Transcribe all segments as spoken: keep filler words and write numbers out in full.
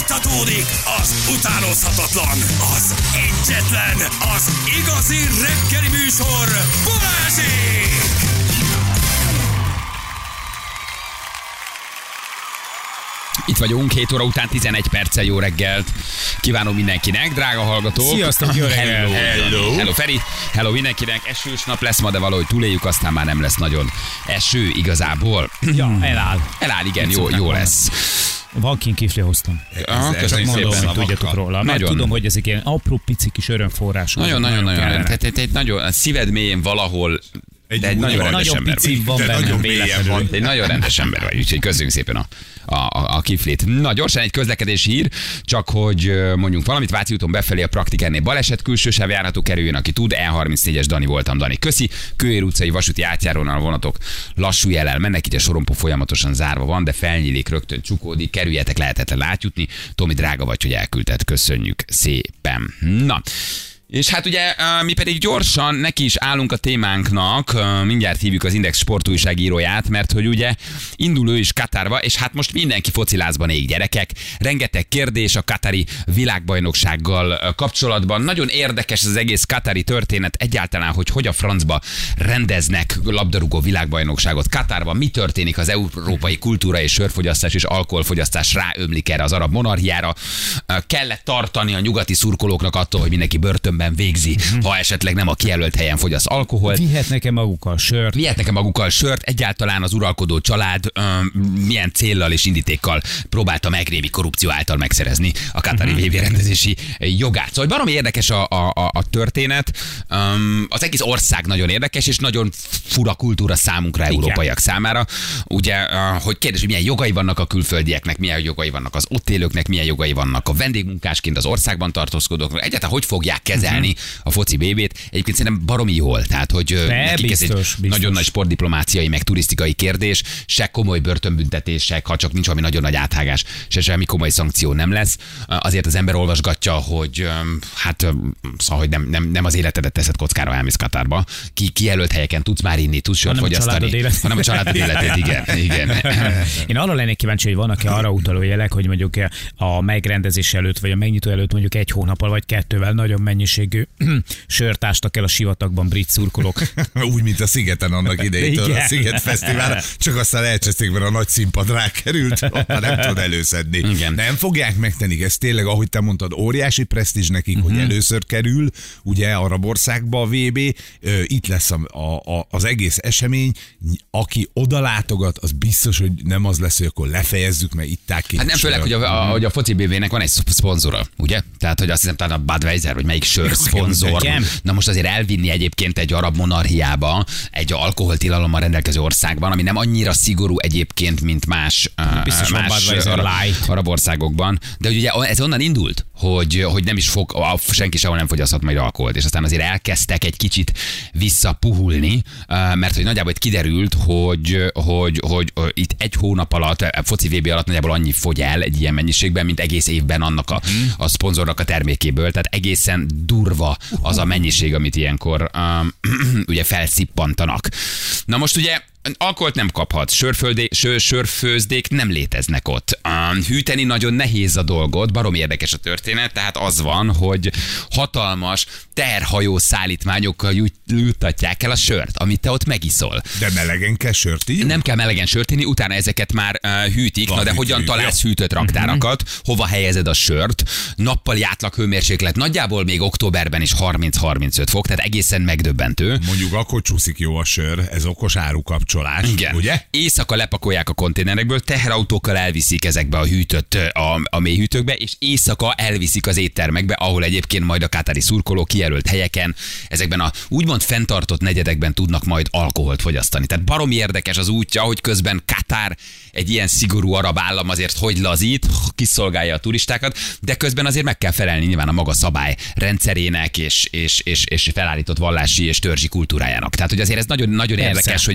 Folytatódik az utánozhatatlan, az egyetlen, az igazi reggeli műsor, Balázsék! Itt vagyunk, hét óra után tizenegy perccel, jó reggelt. Kívánom mindenkinek, drága hallgatók. Sziasztok, jó reggelt. Hello, hello. Hello, Feri. Hello mindenkinek. Esős nap lesz ma, de valahogy túléljük, aztán már nem lesz nagyon eső igazából. Ja, eláll. Eláll, igen, jó, jó lesz. Van kint kifli hoztam. Aha, Csak mondom, hogy tudjatok róla. Mert Nagyon. tudom, hogy ezek ilyen apró pici kis örömforrások. Nagyon-nagyon-nagyon. Tehát egy nagyon a szíved mélyén valahol de egy nagyon rendes nagyon ember pici vagy. van bennem véletlenül. Egy nagyon rendes ember vagy, úgyhogy köszönjük szépen a, a, a, a kiflét. Na, gyorsan egy közlekedési hír, csak hogy mondjunk valamit. Váci úton befelé a Praktikárnél baleset, külső sáv járható, kerüljön, aki tud. E harmincnégyes Dani voltam, Dani. Köszi. Kőér utcai vasúti átjárónál a vonatok lassú jellel mennek, így a sorompó folyamatosan zárva van, de felnyílik, rögtön csukódik, kerüljetek, lehetetlen átjutni. Tomi, drága vagy, hogy elküldted. Köszönjük szépen. Na. És hát ugye mi pedig gyorsan neki is állunk a témánknak, mindjárt hívjuk az Index sportújságíróját, mert hogy ugye indul ő is Katárba, és hát most mindenki focilázban ég, gyerekek. Rengeteg kérdés a katári világbajnoksággal kapcsolatban. Nagyon érdekes az egész katári történet egyáltalán, hogy hogy a francba rendeznek labdarúgó világbajnokságot Katárban. Mi történik, az európai kultúra és sörfogyasztás és alkoholfogyasztás ráömlik erre az arab monarchiára. Kellett tartani a nyugati szurkolóknak attól, hogy mindenki börtönben végzi, ha esetleg nem a kijelölt helyen fogyaszt alkoholt. Vihetnek-e magukkal sört? Vihetnek-e magukkal sört? Egyáltalán az uralkodó család öm, milyen céllal és indítékkal próbálta megrévi korrupció által megszerezni a katári uh-huh. vé bé rendezési jogát. Szóval baromi érdekes a, a, a történet. Um, az egész ország nagyon érdekes, és nagyon fura kultúra számunkra, igen, európaiak számára. Ugye, uh, hogy kérdés, hogy milyen jogai vannak a külföldieknek, milyen jogai vannak az ott élőknek, milyen jogai vannak a vendégmunkásként az országban tartózkodóknak. Egyáltalán hogy fogják kezelni a foci bé bét. Egyébként szerintem baromi jól. Tehát, hogy De, nekik biztos, ez egy biztos. nagyon nagy sportdiplomáciai, meg turisztikai kérdés, se komoly börtönbüntetések, ha csak nincs valami nagyon nagy áthágás, se semmi komoly szankció nem lesz. Azért az ember olvasgatja, hogy hát szóval, hogy nem, nem, nem az életedet teszed kockára, elmész Katárba. Ki, kijelölt helyeken tudsz már inni, tudsz sört fogyasztani. Hanem a családod életét, igen. igen. Én arra lennék kíváncsi, hogy vannak-e arra utaló jelek, hogy mondjuk a megrendezés előtt, vagy a megnyitó előtt mondjuk egy hónappal vagy kettővel nagyon mennyiségű sört ástak el a sivatagban brit szurkolók. Úgy, mint a Szigeten annak idejétől, a Sziget Fesztivál, csak aztán elcseszték, mert a nagy színpad rákerült, ha nem tudod előszedni. Igen. Nem fogják megtenni, ez tényleg, ahogy te mondtad, óriási presztízs nekik, uh-huh. hogy először kerül, ugye arab országba a vé bé, itt lesz a, a, az egész esemény, aki oda látogat, az biztos, hogy nem az lesz, hogy akkor lefejezzük, mert itták ki. Hát nem főleg, hogy a, a, hogy a foci bé bének van egy szponzora, ugye? Tehát, hogy azt hiszem, talán a Budweiser, vagy melyik sör szponzor. Na most azért elvinni egyébként egy arab monarchiába, egy alkoholtilalommal rendelkező országban, ami nem annyira szigorú egyébként, mint más, biztos más arab, arab országokban. De hogy ugye ez onnan indult, hogy, hogy nem is fog, senki sehol nem fogyaszthat majd alkoholt, és aztán azért elkezdtek egy kicsit visszapuhulni, mert hogy nagyjából itt kiderült, hogy, hogy, hogy, hogy itt egy hónap alatt, a foci vé bé alatt nagyjából annyi fogy el egy ilyen mennyiségben, mint egész évben annak a, a szponzornak a termékéből, tehát egészen durva az a mennyiség, amit ilyenkor um, ugye felszippantanak. Na most ugye alkoholt nem kaphat, sörföldé, sör, sörfőzdék nem léteznek ott. Um, hűteni nagyon nehéz a dolgot, barom érdekes a történet, tehát az van, hogy hatalmas terhajó szállítmányokkal jut, juttatják el a sört, amit te ott megiszol. De melegen kell sört így? Nem kell melegen sört inni, utána ezeket már uh, hűtik, van, na de hogyan hűt, találsz jó. hűtött raktárakat, uh-huh. hova helyezed a sört, nappali átlag hőmérséklet, nagyjából még októberben is harminc-harmincöt fok, tehát egészen megdöbbentő. Mondjuk akkor csúszik jó a sör, ez okos árukapcsolás. Igen. Ugye? Éjszaka lepakolják a konténerekből, teherautókkal elviszik ezekbe a hűtött, a, a mélyhűtőkbe, és éjszaka elviszik az éttermekbe, ahol egyébként majd a katári szurkolók kijelölt helyeken, ezekben a úgymond fenntartott negyedekben tudnak majd alkoholt fogyasztani. Tehát baromi érdekes az útja, hogy közben Katár egy ilyen szigorú arab állam azért hogy lazít, kiszolgálja a turistákat, de közben azért meg kell felelni nyilván a maga szabály rendszerének és, és, és, és felállított vallási és törzsi kultúrájának. Tehát, hogy azért ez nagyon, nagyon érdekes, hogy ez a húz meg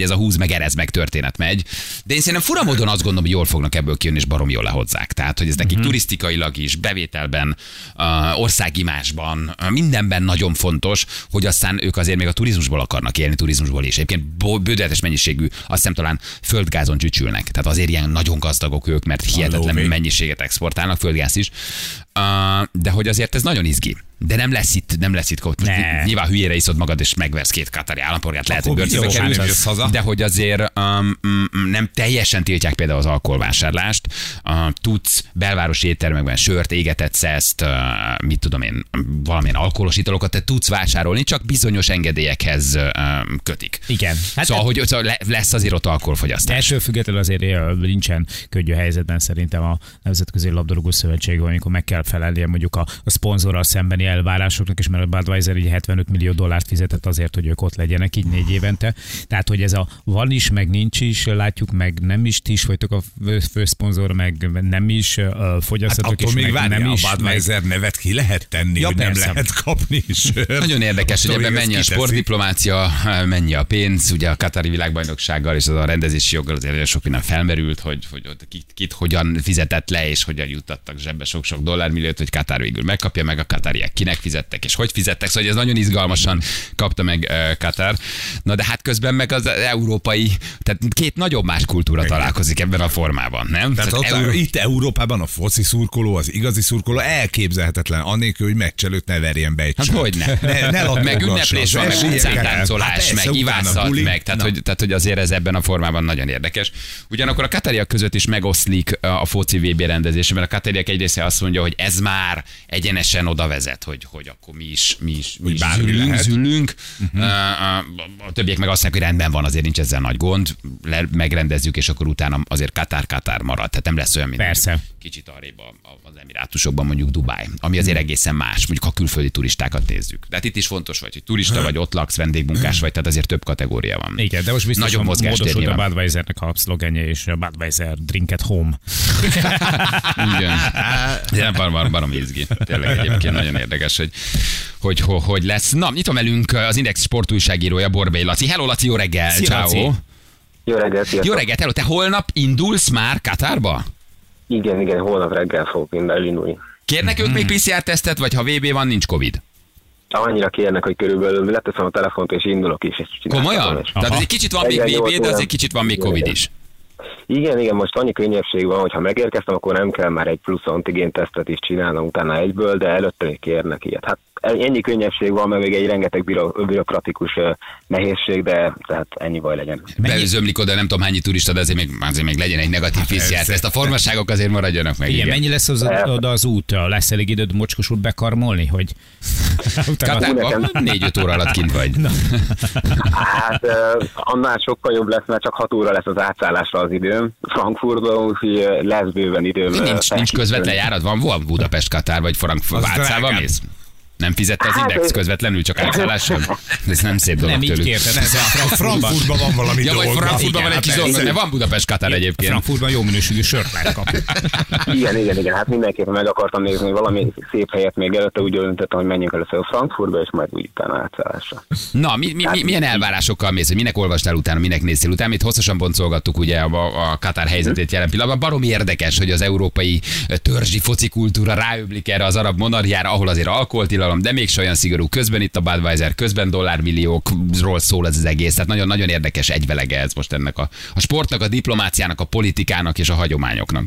meg erez, meg történet megy. De én szerintem fura módon azt gondolom, hogy jól fognak ebből kijönni, és barom jól lehozzák. Tehát, hogy ez nekik uh-huh. turisztikailag is, bevételben, uh, országimásban, uh, mindenben nagyon fontos, hogy aztán ők azért még a turizmusból akarnak élni, turizmusból is. Egyébként bődeletes mennyiségű, azt hiszem talán földgázon csücsülnek. Tehát azért ilyen nagyon gazdagok ők, mert hihetetlen mennyiséget exportálnak, földgáz is. Uh, de hogy azért ez nagyon izgi. De nem lesz itt, nem lesz itt. Most nyilván hülyére iszod magad, és megversz két katari állampolgárt, lehet, hogy börtönbe kerülsz. De hogy azért um, nem teljesen tiltják például az alkoholvásárlást. Uh, tudsz belvárosi éttermekben sört, égetett szeszt, uh, mit tudom én, valamilyen alkoholos italokat te tudsz vásárolni, csak bizonyos engedélyekhez uh, kötik. Igen. Hát szóval, hogy szóval lesz azért ott alkoholfogyasztás. Első függetlenül azért nincsen könnyű helyzetben szerintem a Nemzetközi Labdarúgó Szövetség, amikor meg kell felelnie mondjuk a, a szponzorral szembeni elvárásoknak, és mert a Budweiser így hetvenöt millió dollárt fizetett azért, hogy ők ott legyenek így négy évente. Tehát, hogy ez a van is, meg nincs is, látjuk, meg nem is, ti is vagytok a főszponzor, meg nem is, fogyasztatok hát is, még meg nem is. A Budweiser meg... nevet ki lehet tenni, ja, hogy persze. Nem lehet kapni sört. Nagyon érdekes, hogy ebben mennyi a sportdiplomácia, mennyi a pénz, ugye a katari világbajnoksággal és az a rendezési joggal azért sok minden felmerült, hogy, hogy kit, kit hogyan fizetett le, és hogyan juttattak zsebbe sok-sok dollármilliót, hogy Katár végül megkapja, meg a katariek kinek fizettek, és hogy fizettek, szóval ez nagyon izgalmasan kapta meg uh, Katár. Na de hát közben meg az európai, tehát két nagyobb más kultúra igen. találkozik ebben a formában, nem? Tehát, tehát Euró... itt Európában a foci szurkoló, az igazi szurkoló elképzelhetetlen, annélkül, hogy meccs előtt ne verjen be egy hát hogyne. Ne, ne meg ünneplés van, meg utcántáncolás, hát meg ivászat, meg, tehát hogy, tehát hogy azért ez ebben a formában nagyon érdekes. Ugyanakkor a katariak között is megoszlik a foci vé bé rendezése, mert a katariak egy része azt mondja, hogy ez már egyenesen oda vezet, hogy, hogy akkor mi is, mi is, mi is zülünk, zülünk. Uh-huh. A többiek meg azt mondják, hogy rendben van, azért nincs ezzel nagy gond, le, megrendezzük, és akkor utána azért Katár-Katár marad. Tehát nem lesz olyan, mint persze. Kicsit arrébb az Emirátusokban, mondjuk Dubáj, ami azért egészen más, mondjuk a külföldi turistákat nézzük. De hát itt is fontos vagy, hogy turista vagy, ott laksz, vendégmunkás vagy, tehát azért több kategória van. Igen, de most biztos nagyon módosult a Budweisernek a szlogenje, és a Budweiser drink at home. Igen. Igen, barom, barom izgi. Tényleg egyébként nagyon érdekes, hogy, hogy, hogy, hogy lesz. Na, nyitom velünk az Index sportújságírója, Borbély Laci. Hello, Laci, jó reggel. Ciao. Jó reggel, sziasztok. Jó reggel, hello. Te holnap indulsz már Katárba? Igen, igen, holnap reggel fogok minden elindulni. Kérnek ők még pé cé er tesztet, vagy ha vé bé van, nincs Covid? Annyira kérnek, hogy körülbelül leteszem a telefont, és indulok is. És komolyan? Tehát egy kicsit van még vé bé, de azért kicsit van még Covid is. Igen, igen, most annyi könnyebbség van, hogy ha megérkeztem, akkor nem kell már egy plusz antigén tesztet is csinálnom utána egyből, de előtte még kérnek ilyet. Hát ennyi könnyebbség van, meg még egy rengeteg bürokratikus nehézség, de tehát ennyi baj legyen. Beüzömlik oda, nem tudom hányi turista, de azért még, azért még legyen egy negatív pé cé er teszt. A formaságok azért maradjanak meg. Igen, igen. Mennyi lesz az, oda az út? Lesz elég időd mocskosul bekarmolni, hogy Katárban négy-öt óra alatt kint vagy. Hát annál sokkal jobb lesz, mert csak hat óra lesz az átszállásra az időm. Frankfurtban úgyhogy lesz bőven időm. Nincs, nincs közvetlen járat, van, van Budapest-Katár vagy Frankfurt Vácával mész? Nem fizette az Index hát, közvetlenül, csak átszállás sem? Ez nem szép dolog tőlük. Nem így kérted. Frankfurtban van valami ja, dolog. Ja, vagy Frankfurtban van egy kis dolog, de van Budapest-Katár egyébként. Frankfurtban jó minőségű sört lehet kapni. Igen, igen, igen. Hát mindenképpen meg akartam nézni, hogy valami szép helyet még előtte úgy döntöttem, hogy menjünk először a Frankfurtba, és majd úgy utána átszállásra. Na, mi, mi, mi, milyen elvárásokkal mész, hogy minek olvastál utána, minek néztél utána? Itt hosszasan boncolgattuk ugye a, a Katár helyzetét jelen pillanatban. Baromi érdekes, hogy az európai törzsi focikultúra ráöblik erre az arab monarchiára, ahol azért alkoholtilalom, de még olyan szigorú. Közben itt a Budweiser, közben dollármilliókról szól ez az egész. Tehát nagyon-nagyon érdekes egyvelege ez most ennek a, a sportnak, a diplomáciának, a politikának és a hagyományoknak.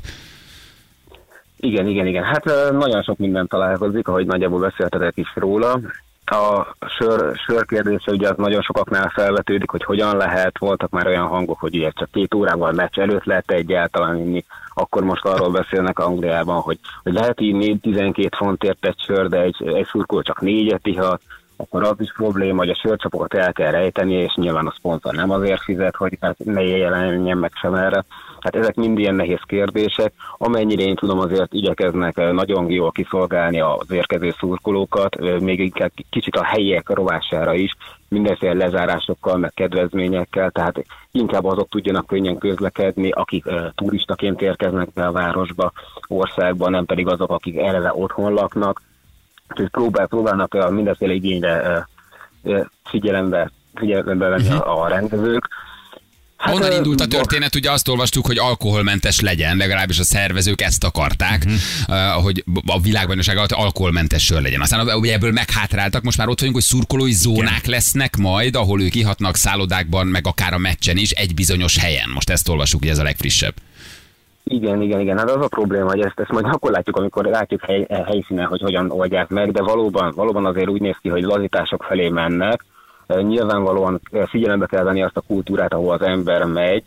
Igen, igen, igen. Hát nagyon sok minden találkozik, ahogy nagyjából beszéltetek is róla. A sör, sör kérdése ugye az nagyon sokaknál felvetődik, hogy hogyan lehet. Voltak már olyan hangok, hogy ugye csak két órával meccs előtt lehet egyáltalán inni. Akkor most arról beszélnek Angliában, hogy, hogy lehet inni tizenkét fontért egy sör, de egy, egy szurkoló csak négyet ihat. Akkor az is probléma, hogy a sörcsapokat el kell rejteni, és nyilván a szponzor nem azért fizet, hogy hát ne jelenjen meg sem erre. Hát ezek mind ilyen nehéz kérdések. Amennyire én tudom, azért igyekeznek nagyon jól kiszolgálni az érkező szurkolókat, még inkább kicsit a helyiek rovására is, mindenféle lezárásokkal, meg kedvezményekkel, tehát inkább azok tudjanak könnyen közlekedni, akik uh, turistaként érkeznek be a városba, országba, nem pedig azok, akik eleve otthon laknak. Úgyhogy próbál, próbálnak uh, mindenféle igényre uh, figyelembe, figyelembe venni a, a rendezők. Hát, Honnan indult a történet? Ugye azt olvastuk, hogy alkoholmentes legyen, legalábbis a szervezők ezt akarták, uh-huh. hogy a világbajnokság alatt alkoholmentes sör legyen. Aztán ugye ebből meghátráltak, most már ott vagyunk, hogy szurkolói zónák Igen. lesznek majd, ahol ők ihatnak szállodákban, meg akár a meccsen is, egy bizonyos helyen. Most ezt olvasjuk, hogy ez a legfrissebb. Igen, igen, igen. Hát az a probléma, hogy ezt, ezt majd akkor látjuk, amikor látjuk hely, helyszínen, hogy hogyan oldják meg, de valóban, valóban azért úgy néz ki, hogy lazítások felé mennek. Nyilvánvalóan figyelembe kell venni azt a kultúrát, ahol az ember megy,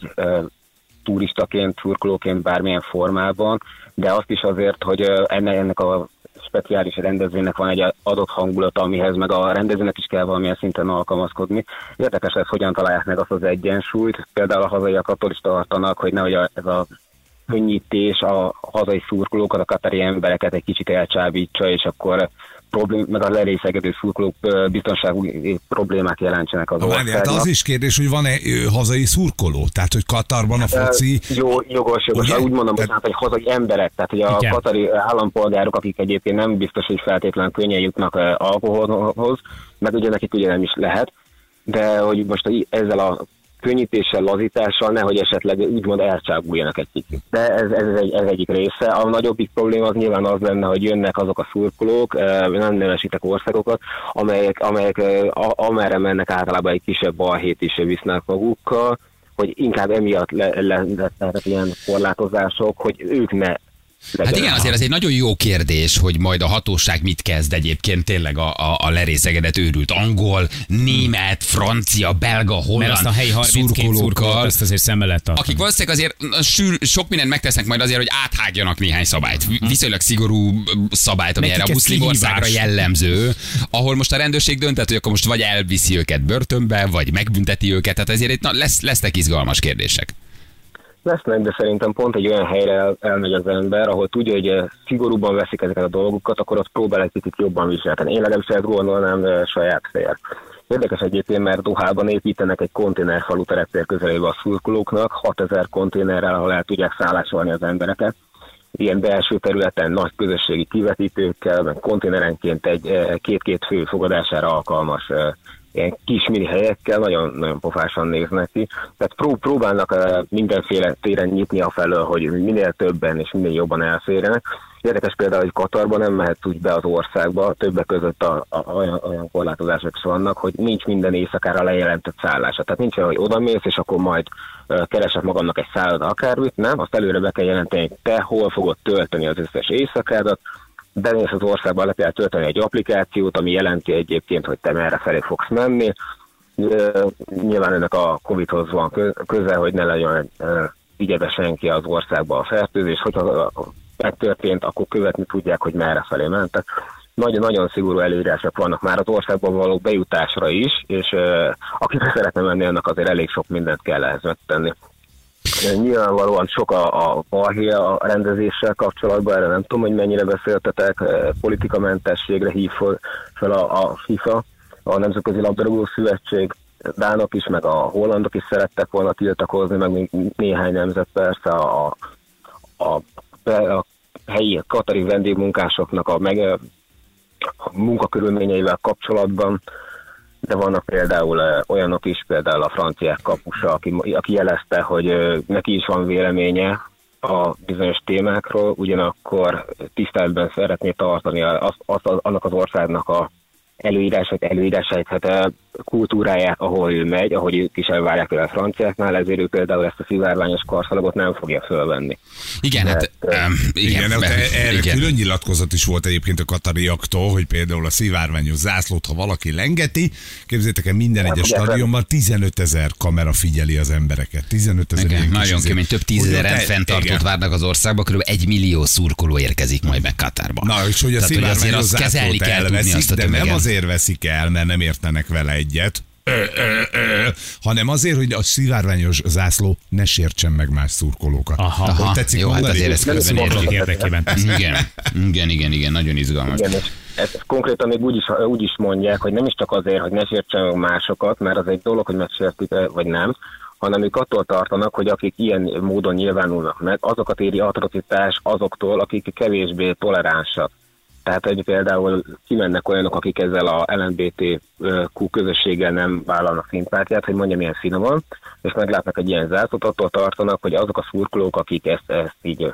turistaként, szurkolóként, bármilyen formában, de azt is azért, hogy ennek a speciális rendezvénynek van egy adott hangulata, amihez meg a rendezőnek is kell valamilyen szinten alkalmazkodni. Érdekes lesz, hogyan találják meg azt az egyensúlyt. Például a hazaiak attól is tartanak, hogy nehogy ez a könnyítés a hazai szurkolókat, a katari embereket egy kicsit elcsábítsa, és akkor problém, meg a lerészegedő szurkolók biztonsági problémák jelentsenek az országnak. Hát az is kérdés, hogy van-e hazai szurkoló? Tehát, hogy Katarban a foci... Jó, jogos, jogos. Ugye? Úgy mondom, tehát... hogy hazai emberek, tehát hogy a Igen. katari állampolgárok, akik egyébként nem biztos, hogy feltétlenül könnyen jutnak alkoholhoz, meg ugye nekik ugye nem is lehet, de hogy most ezzel a könnyítéssel, lazítással, nehogy esetleg úgymond elcsábuljanak egy kicsit. De ez, ez, egy, ez egyik része. A nagyobbik probléma az nyilván az lenne, hogy jönnek azok a szurkolók, nem nevesítek országokat, amelyek, amelyek amerre mennek általában egy kisebb balhét is visznek magukkal, hogy inkább emiatt lennek le, le, ilyen korlátozások, hogy ők ne Hát igen, azért ez egy nagyon jó kérdés, hogy majd a hatóság mit kezd egyébként tényleg a, a, a lerészegedett őrült angol, német, francia, belga, holland Mert azt a helyi harminckét szurkolókat ezt azért szemmel lehet tartani. Akik valószínűleg azért sűr, sok mindent megtesznek majd azért, hogy áthágjanak néhány szabályt. Viszonylag szigorú szabályt, ami erre a muszlim országra jellemző, ahol most a rendőrség döntett, hogy akkor most vagy elviszi őket börtönbe, vagy megbünteti őket. Tehát ezért itt na, lesz, lesznek izgalmas kérdések. Lesznek, de szerintem pont egy olyan helyre el, elmegy az ember, ahol tudja, hogy szigorúban veszik ezeket a dolgokat, akkor ott próbál egy kicsit jobban viselni. Én legalábbis ezt gondolnám saját fél. Érdekes egyébként, mert Dohában építenek egy konténerfalut a reptér közelébe a szurkolóknak, hatezer konténerrel, ahol el tudják szállásolni az embereket. Ilyen belső területen nagy közösségi kivetítőkkel, meg konténerenként egy két-két fő fogadására alkalmas ilyen kis mini helyekkel, nagyon, nagyon pofásan néznek ki. Tehát pró- próbálnak uh, mindenféle téren nyitni afelől, hogy minél többen és minél jobban elférjenek. Érdekes például, hogy Katarban nem mehetsz úgy be az országba, többek között a, a, olyan, olyan korlátozások is vannak, hogy nincs minden éjszakára lejelentett szállása. Tehát nincs olyan, hogy odamész, és akkor majd uh, keresek magamnak egy szálloda akármit, nem? Azt előre be kell jelenteni, hogy te hol fogod tölteni az összes éjszakádat, bemész az országban, le kell tölteni egy applikációt, ami jelenti egyébként, hogy te merre felé fogsz menni. Nyilván ennek a Covidhoz van köze, hogy ne legyen figyelve senki az országban a fertőzés, hogyha megtörtént, akkor követni tudják, hogy merre felé mentek. Nagyon-nagyon szigorú előírások vannak már az országban való bejutásra is, és aki szeretne menni, annak azért elég sok mindent kell ehhez megtenni. Nyilvánvalóan sok a, a balhé a rendezéssel kapcsolatban, erre nem tudom, hogy mennyire beszéltetek, politikamentességre hív fel a, a FIFA, a Nemzetközi Labdarúgó Szövetség, dánok is, meg a hollandok is szerettek volna tiltakozni, meg még néhány nemzet persze a, a, a helyi katari vendégmunkásoknak a, meg, a munkakörülményeivel kapcsolatban, de vannak például olyanok is, például a franciák kapusa, aki, aki jelezte, hogy neki is van véleménye a bizonyos témákról, ugyanakkor tiszteletben szeretné tartani az, az, az, annak az országnak a előírásait, előírásait, hát kultúráját, ahol ő megy, ahogy ők is elvárják el a franciáknál, ezért ő például ezt a szivárványos karszalagot nem fogja fölvenni. Igen, hát um, igen, igen, mert, erre igen. külön nyilatkozat is volt egyébként a katariaktól, hogy például a szivárványos zászlót, ha valaki lengeti, képzeljétek el, minden egyes stadionban tizenötezer kamera figyeli az embereket. tizenötezer nagyon kemény, több tízezer fenntartót várnak az országban, kb. egy millió szurkoló érkezik majd meg Katárba. Na, és hogy a szivárványos zászlót elveszik, de nem azért veszik el, mert nem értenek vele egyet, Ö, ö, ö, hanem azért, hogy a szivárványos zászló ne sértsen meg más szurkolókat. Aha, Aha. Tetszik jó, mondani? Hát azért ezt közben értjük érdekében. Igen, igen, igen, igen, nagyon izgalmas. Igen, és ezt konkrétan még úgy is, úgy is mondják, hogy nem is csak azért, hogy ne sértsen meg másokat, mert az egy dolog, hogy megsértik vagy nem, hanem ők attól tartanak, hogy akik ilyen módon nyilvánulnak meg, azokat éri atrocitás azoktól, akik kevésbé toleránsak. Tehát, hogy például kimennek olyanok, akik ezzel a el em bé té kú közösséggel nem vállalnak szimpátiát, hogy mondjam ilyen finoman, és meglátnak egy ilyen zászlót, attól tartanak, hogy azok a szurkolók, akik ezt, ezt így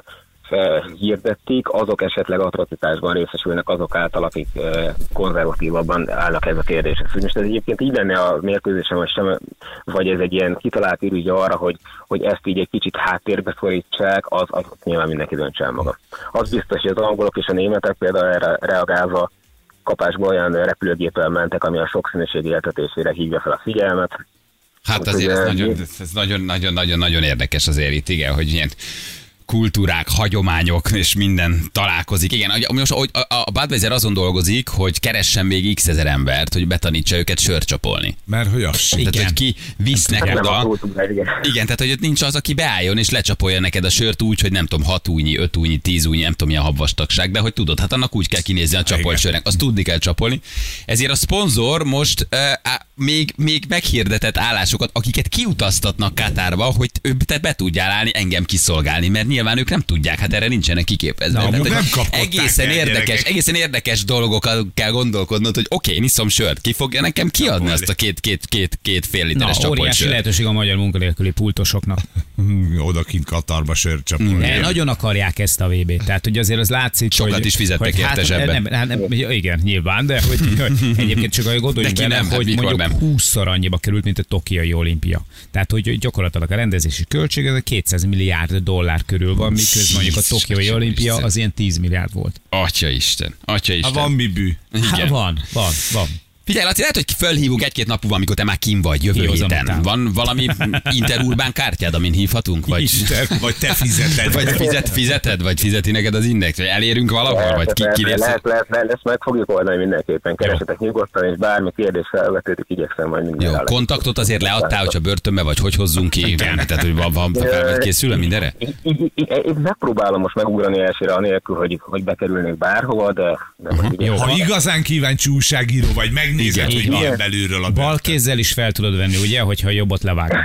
hirdették, azok esetleg atrocitásban részesülnek azok által, akik konzervatívabban állnak ez a kérdéshez. Most ez egyébként így lenne a mérkőzésen, vagy, sem, vagy ez egy ilyen kitalált ürügy arra, hogy, hogy ezt így egy kicsit háttérbe szorítsák, az, az nyilván mindenki döntse el maga. Az biztos, hogy az angolok és a németek például erre reagálva kapásból olyan repülőgéppel mentek, ami a sokszínűség éltetésére hívja fel a figyelmet. Hát azért ez nagyon, ez nagyon, nagyon, nagyon, nagyon érdekes azért itt, igen, hogy ilyen kultúrák, hagyományok és minden találkozik. Igen, most a Budweiser azon dolgozik, hogy keressen még x ezer embert, hogy betanítsa őket sört csapolni. Mert hogy az Tehát, hogy ki visznek Nem oda. a kultúra, igen. Igen, tehát hogy ott nincs az, aki beálljon és lecsapolja neked a sört úgy, hogy nem tudom, hat újnyi, öt újnyi, tíz újnyi, nem tudom, milyen habvastagság, de hogy tudod, hát annak úgy kell kinézni a csapolt sörnek, azt tudni kell csapolni. Ezért a szponzor most uh, még, még meghirdetett állásokat, akiket kiutaztatnak Katárba, hogy te be tudjál állni, engem kiszolgálni, mert nyilván ők nem tudják, hát erre nincsenek kiképezve. Na, Tehát, nem kapkodták egészen el, érdekes, gyerekek. egészen érdekes dolgokat kell gondolkodnod, hogy oké, én iszom sört, ki fogja nekem kiadni azt a két, két, két, két fél Na, literes csapolt óriási sört. lehetőség a magyar munkanélküli pultosoknak. odakint Katarba sört csapolni. Ne, nagyon akarják ezt a vé bét. Tehát, hogy azért az látszik, Sokat hogy, is fizettek hogy érte zsebben. nem, nem, nem, igen, nyilván, de hogy, hogy egyébként csak hogy gondoljunk Neki bele, nem, hát hogy mikor mondjuk nem? húszszor annyiba került, mint a tokiai olimpia. Tehát, hogy gyakorlatilag a rendezési költség ez a kétszáz milliárd dollár körül van, miközben mondjuk a tokiai olimpia az ilyen tíz milliárd volt. Atya Isten, atya Isten. Ha van mi bű. Hát Igen. van, van, van. Figyelj, Laci, lehet, hogy fölhívunk egy-két nap múlva, amikor te már kim vagy jövő Kihozom héten. után. Van valami interurbán kártyád, amin hívhatunk? Vagy, Isten, vagy te fizeted. vagy fizet, fizeted? Vagy fizeti neked az index? Vagy elérünk valahol? Vagy ki, ki lehet, lehet, lehet, lehet, ezt meg fogjuk oldani mindenképpen. Keresetek nyugodtan, és bármi kérdés felvetődik, igyekszem majd minden Jó, rá. kontaktot azért leadtál, hogyha börtönbe vagy, hogy hozzunk ki? Tehát, hogy van, van fel vagy készülve mindenre? Így, így, így, így megpróbálom most megugrani elsőre anélkül, hogy, hogy bekerülnék bárhova, de, de most így Jó. Ha igazán kíváncsi újságíró vagy, megnézed, Igen, hogy így van. milyen belülről a Bal börtön. kézzel is fel tudod venni, ugye, hogyha a jobbot levágod.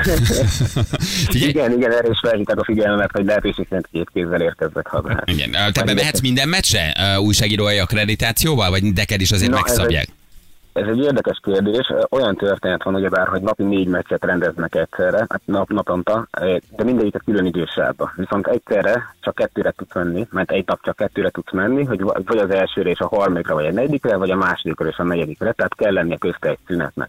Figyelj, Igen, igen, erre is felhívták a figyelmet, hogy lehetőség szerint két kézzel érkeznek haza. igen, te bemehetsz minden meccsre uh, újságírói akkreditációval, vagy neked is azért Na, ez megszabják? Ez egy érdekes kérdés. Olyan történet van ugyebár, hogy napi négy meccset rendeznek egyszerre, hát nap, naponta, de mindegyiket külön idősávba. Viszont egyszerre csak kettőre tudsz menni, mert egy nap csak kettőre tudsz menni, hogy vagy az elsőre és a harmadikra, vagy a negyedikre, vagy a másodikra és a negyedikre, tehát kell lennie közte egy szünetnek.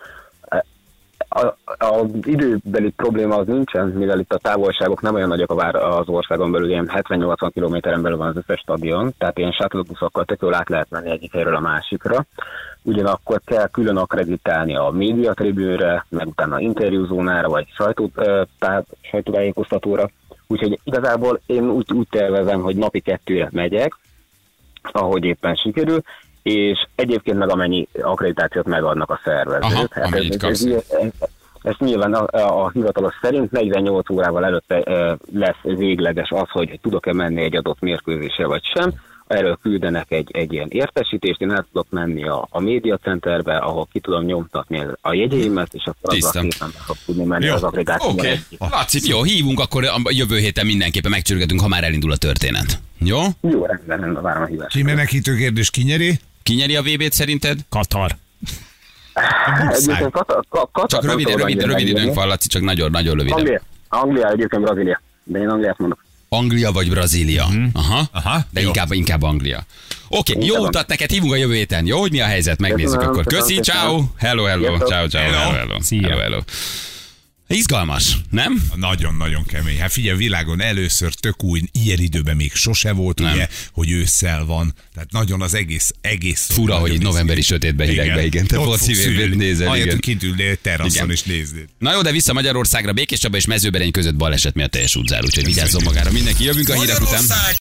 Az időbeli probléma az nincsen, mivel itt a távolságok nem olyan nagyok a vár, az országon belül, ilyen hetven-nyolcvan kilométeren belül van az összes stadion, tehát ilyen shuttlebuszokkal tök jól át lehet menni egyik helyről a másikra. Ugyanakkor kell külön akkreditálni a médiatribűnre, meg utána interjúzónára, vagy sajtó, sajtótájékoztatóra. Úgyhogy igazából én úgy, úgy tervezem, hogy napi kettőre megyek, ahogy éppen sikerül, és egyébként meg amennyi akkreditációt megadnak a szervezők. Aha, hát amennyit ez, kapsz. ez, ez, ez nyilván a, a, a hivatalos szerint negyvennyolc órával előtte e, lesz végleges az, hogy tudok-e menni egy adott mérkőzésre vagy sem. Erről küldenek egy, egy ilyen értesítést, én el tudok menni a, a médiacenterbe, ahol ki tudom nyomtatni a jegyeimet, és akkor azzal Tisztán. szépen be fog tudni menni Jó, az akkreditációban. oké. Okay. Laci, jó, hívunk, akkor a jövő héten mindenképpen megcsörgetünk, ha már elindul a történet. Jó? Jó, rendben, rendben, várom a hívást. Címenekítő kérdés, ki nyeri? Ki nyeri a vé bét szerinted? Katar. Egyébként Katar, Katar Csak nem rövid, tudom rövid, annyira rövid időnk megírni. van, Laci, csak nagyon-nagyon röviden. Anglia, Anglia, egyébként Brazília. De én Angliát mondok. Anglia vagy Brazília? Aha. Aha, De jó. inkább, inkább Anglia. Oké, okay, jó Inkább utat neked, hívunk a jövő héten. Jó, hogy mi a helyzet? Megnézzük Köszönöm, akkor. köszönöm Köszi, szépen. ciao. Hello, hello. Sziasztok. Ciao, ciao. Hello. Hello, hello. Szia. Hello, hello. Izgalmas, nem? Nagyon-nagyon kemény. Hát figyelj, világon először tök új, ilyen időben még sose volt, Nem. ugye, hogy ősszel van. Tehát nagyon az egész, egész. Fura, hogy itt nagyon novemberi izgi. sötétbe, hidegbe, igen. Te Ott foci fogsz vébét ülni. nézel, Ahelyett, igen. hogy kint ülnél teraszon Igen. és néznéd. Na jó, de vissza Magyarországra, Békés Csaba és Mezőberény között baleset miatt teljes útzár, úgyhogy vigyázzon magára mindenki. Jövünk a hírek után. Magyarország